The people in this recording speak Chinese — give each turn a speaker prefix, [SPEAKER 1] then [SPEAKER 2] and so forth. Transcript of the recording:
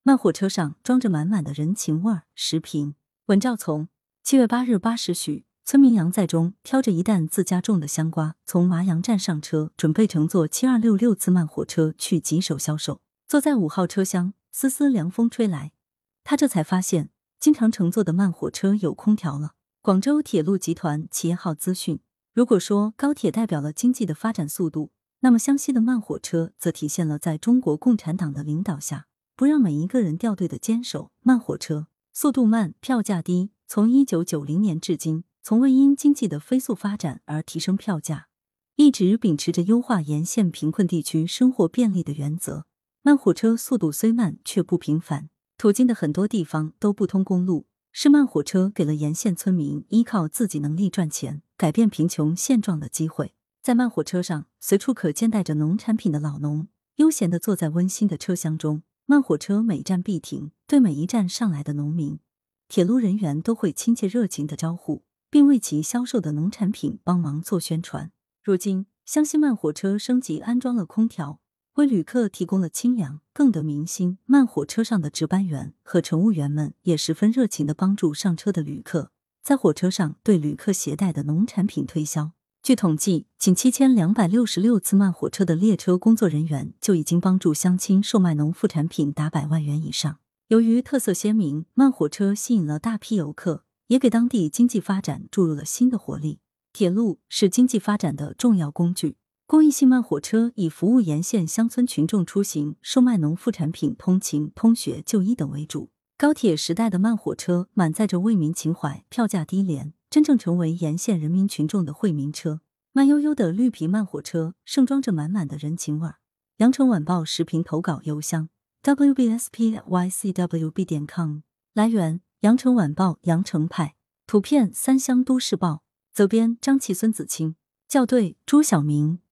[SPEAKER 1] 慢火车上装着满满的人情味儿。时评：文兆从。7月8日8时许，村民杨在中挑着一担自家种的香瓜，从麻阳站上车，准备乘坐7266次慢火车去吉首销售。坐在5号车厢，丝丝凉风吹来，他这才发现，经常乘坐的慢火车有空调了。广州铁路集团企业号资讯：如果说高铁代表了经济的发展速度，那么湘西的慢火车则体现了在中国共产党的领导下，不让每一个人掉队的坚守。慢火车速度慢，票价低，从1990年至今，从未因经济的飞速发展而提升票价，一直秉持着优化沿线贫困地区生活便利的原则。慢火车速度虽慢，却不频繁，途经的很多地方都不通公路，是慢火车给了沿线村民依靠自己能力赚钱、改变贫穷现状的机会。在慢火车上，随处可见带着农产品的老农，悠闲地坐在温馨的车厢中。慢火车每站必停，对每一站上来的农民，铁路人员都会亲切热情地招呼，并为其销售的农产品帮忙做宣传。如今，湘西慢火车升级安装了空调，为旅客提供了清凉，更得民心。慢火车上的值班员和乘务员们也十分热情地帮助上车的旅客，在火车上对旅客携带的农产品推销。据统计，仅7266次慢火车的列车工作人员就已经帮助乡亲售卖农副产品达100万元以上。由于特色鲜明，慢火车吸引了大批游客，也给当地经济发展注入了新的活力。铁路是经济发展的重要工具，公益性慢火车以服务沿线乡村群众出行、售卖农副产品、通勤、通学、就医等为主。高铁时代的慢火车满载着为民情怀，票价低廉，真正成为沿线人民群众的惠民车。慢悠悠的绿皮慢火车盛装着满满的人情味儿。羊城晚报时评投稿邮箱 wbspycwb.com。 来源：羊城晚报羊城派，图片三湘都市报，责编张琪孙子清，校对朱晓明。